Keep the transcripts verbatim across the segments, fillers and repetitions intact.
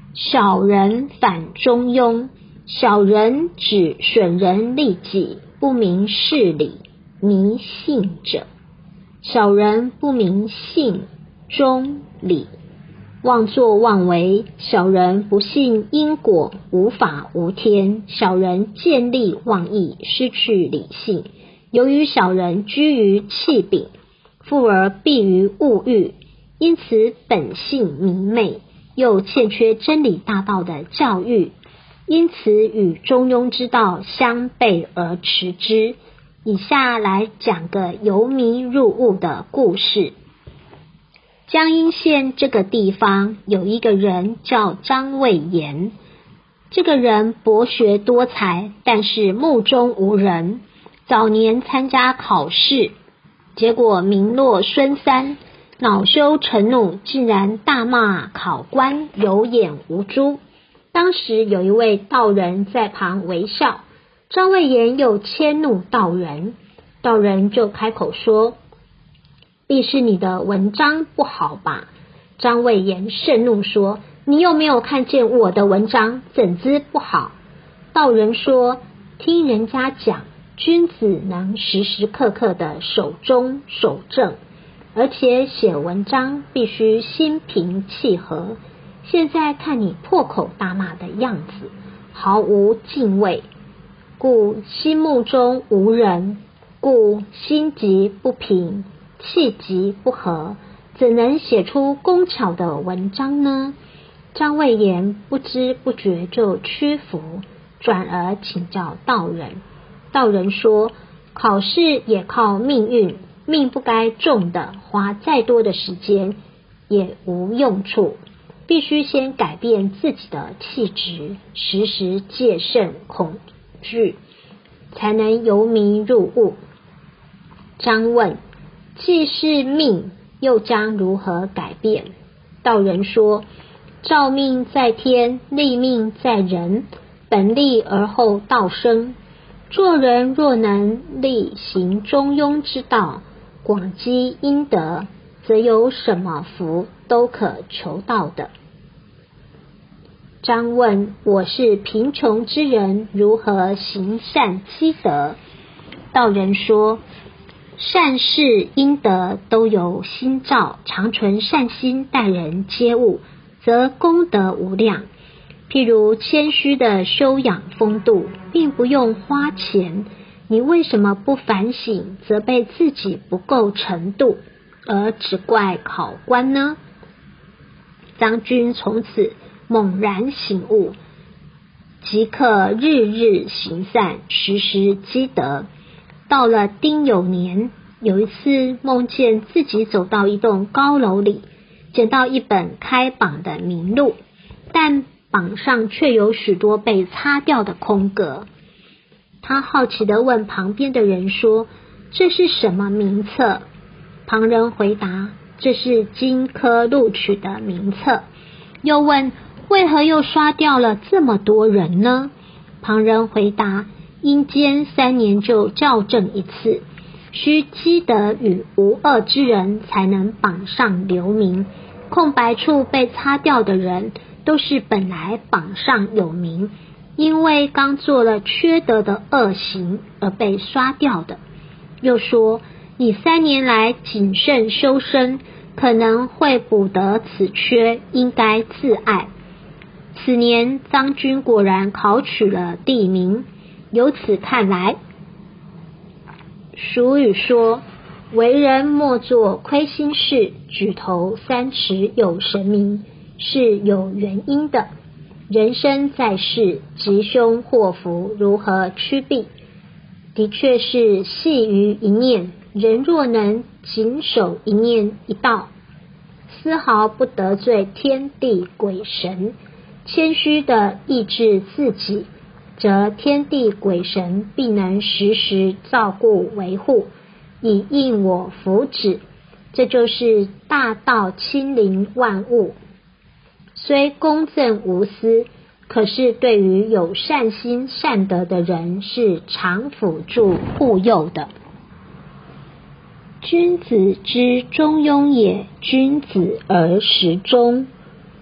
小人反中庸，小人指损人利己，不明事理，迷信者。小人不明信忠理，妄作妄为。小人不信因果，无法无天。小人见利忘义，失去理性。由于小人居于气柄，富而避于物欲，因此本性迷昧，又欠缺真理大道的教育，因此与中庸之道相悖而持之。以下来讲个由迷入悟的故事。江阴县这个地方有一个人叫张魏延，这个人博学多才，但是目中无人。早年参加考试，结果名落孙山，恼羞成怒，竟然大骂考官有眼无珠。当时有一位道人在旁微笑，张魏延又迁怒道人，道人就开口说：必是你的文章不好吧？张魏延盛怒说：你又没有看见我的文章，怎知不好？道人说：听人家讲，君子能时时刻刻的守中守正，而且写文章必须心平气和。现在看你破口大骂的样子，毫无敬畏，故心目中无人，故心急不平，气急不和，怎能写出工巧的文章呢？张魏延不知不觉就屈服，转而请教道人。道人说：考试也靠命运，命不该中的，花再多的时间也无用处，必须先改变自己的气质，时时戒慎恐惧，才能由迷入悟。张问：既是命，又将如何改变？道人说：照命在天，立命在人，本立而后道生。做人若能力行中庸之道，广积阴德，则有什么福都可求到的。张问：我是贫穷之人，如何行善积德？道人说：善事阴德都由心造，常存善心待人接物，则功德无量。譬如谦虚的修养风度，并不用花钱，你为什么不反省，责备自己不够程度，而只怪考官呢？张君从此猛然醒悟，即刻日日行善，时时积德。到了丁酉年，有一次梦见自己走到一栋高楼里，捡到一本开榜的名录，但榜上却有许多被擦掉的空格。他好奇地问旁边的人说：这是什么名册？旁人回答：这是经科录取的名册。又问：为何又刷掉了这么多人呢？旁人回答：阴间三年就校正一次，需积德与无恶之人才能榜上留名，空白处被擦掉的人都是本来榜上有名，因为刚做了缺德的恶行而被刷掉的。又说：你三年来谨慎修身，可能会补得此缺，应该自爱。此年张君果然考取了第一名。由此看来，俗语说：为人莫做亏心事，举头三尺有神明，是有原因的。人生在世，吉凶祸福如何趋避，的确是系于一念。人若能谨守一念一道，丝毫不得罪天地鬼神，谦虚地抑制自己，则天地鬼神必能时时照顾维护，以应我福祉。这就是大道亲临万物，虽公正无私，可是对于有善心善德的人是常辅助护佑的。君子之中庸也，君子而时中。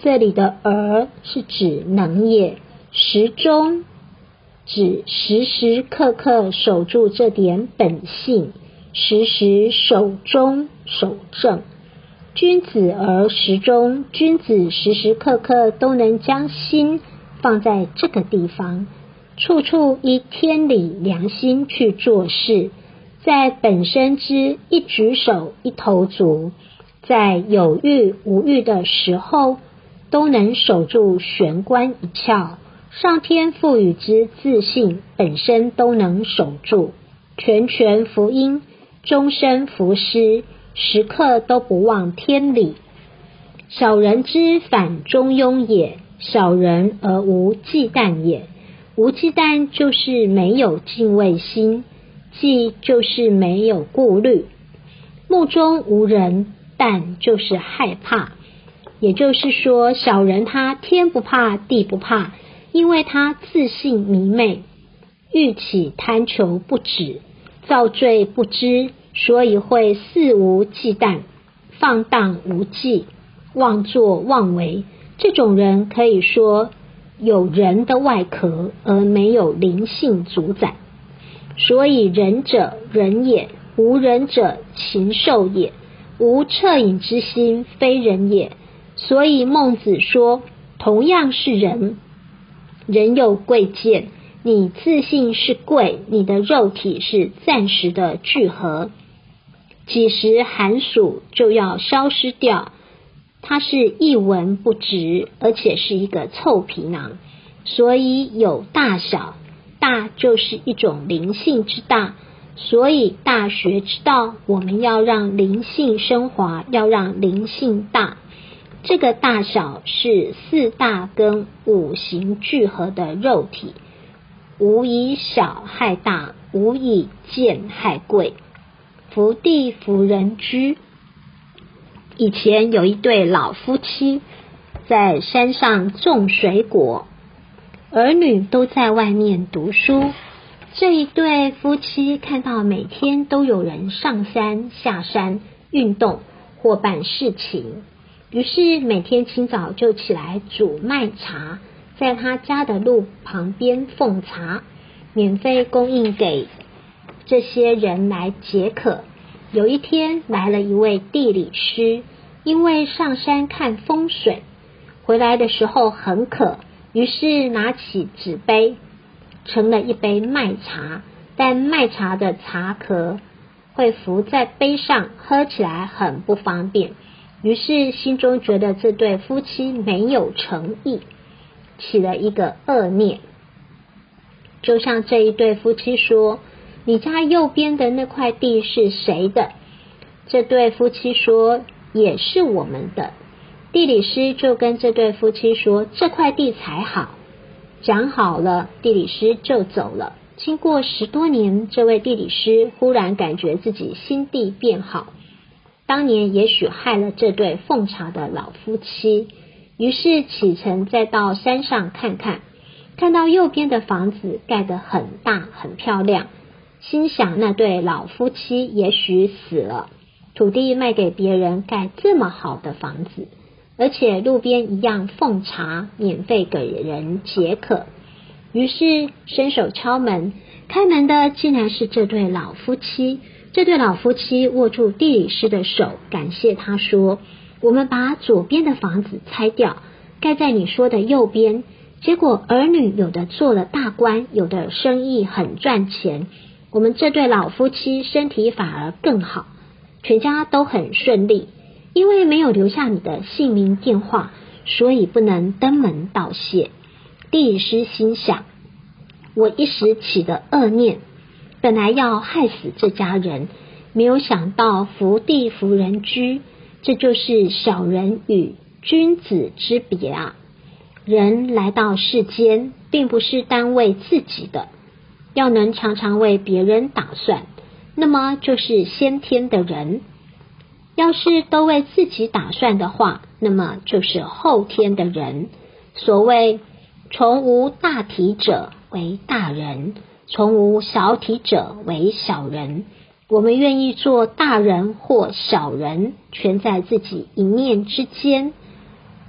这里的而是指能也，时中指时时刻刻守住这点本性，时时守中守正。君子而时中，君子时时刻刻都能将心放在这个地方，处处依天理良心去做事，在本身之一举手一投足，在有欲无欲的时候，都能守住玄关一窍，上天赋予之自信本身都能守住，全权服膺，终身服师，时刻都不忘天理。小人之反中庸也，小人而无忌惮也。无忌惮就是没有敬畏心，忌就是没有顾虑，目中无人，但就是害怕。也就是说，小人他天不怕地不怕，因为他自信迷昧，欲起贪求不止，造罪不知，所以会肆无忌惮，放荡无忌，妄作妄为。这种人可以说有人的外壳，而没有灵性主宰。所以仁者人也，无仁者禽兽也，无恻隐之心，非人也。所以孟子说，同样是人，人有贵贱，你自信是贵，你的肉体是暂时的聚合，几时寒暑就要消失掉，它是一文不值，而且是一个臭皮囊。所以有大小，大就是一种灵性之大，所以大学之道，我们要让灵性升华，要让灵性大。这个大小是四大跟五行聚合的肉体，无以小害大，无以贱害贵。福地福人居。以前有一对老夫妻在山上种水果，儿女都在外面读书。这一对夫妻看到每天都有人上山下山运动或办事情，于是每天清早就起来煮麦茶，在他家的路旁边奉茶，免费供应给这些人来解渴。有一天来了一位地理师，因为上山看风水，回来的时候很渴，于是拿起纸杯盛了一杯麦茶，但麦茶的茶壳会浮在杯上，喝起来很不方便，于是心中觉得这对夫妻没有诚意，起了一个恶念，就向这一对夫妻说，你家右边的那块地是谁的？这对夫妻说，也是我们的。地理师就跟这对夫妻说，这块地才好。讲好了，地理师就走了。经过十多年，这位地理师忽然感觉自己心地变好，当年也许害了这对奉茶的老夫妻，于是启程再到山上看看，看到右边的房子盖得很大很漂亮，心想那对老夫妻也许死了，土地卖给别人盖这么好的房子，而且路边一样奉茶，免费给人解渴。于是伸手敲门，开门的竟然是这对老夫妻。这对老夫妻握住地理师的手，感谢他说，我们把左边的房子拆掉，盖在你说的右边，结果儿女有的做了大官，有的生意很赚钱，我们这对老夫妻身体反而更好，全家都很顺利。因为没有留下你的姓名电话，所以不能登门道谢。地理师心想，我一时起的恶念，本来要害死这家人，没有想到福地福人居，这就是小人与君子之别啊！人来到世间，并不是单为自己的，要能常常为别人打算，那么就是先天的人。要是都为自己打算的话，那么就是后天的人。所谓从无大体者为大人，从无小体者为小人。我们愿意做大人或小人，全在自己一念之间。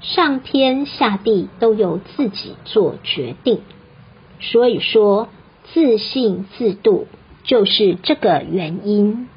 上天下地都由自己做决定。所以说，自信自度就是这个原因。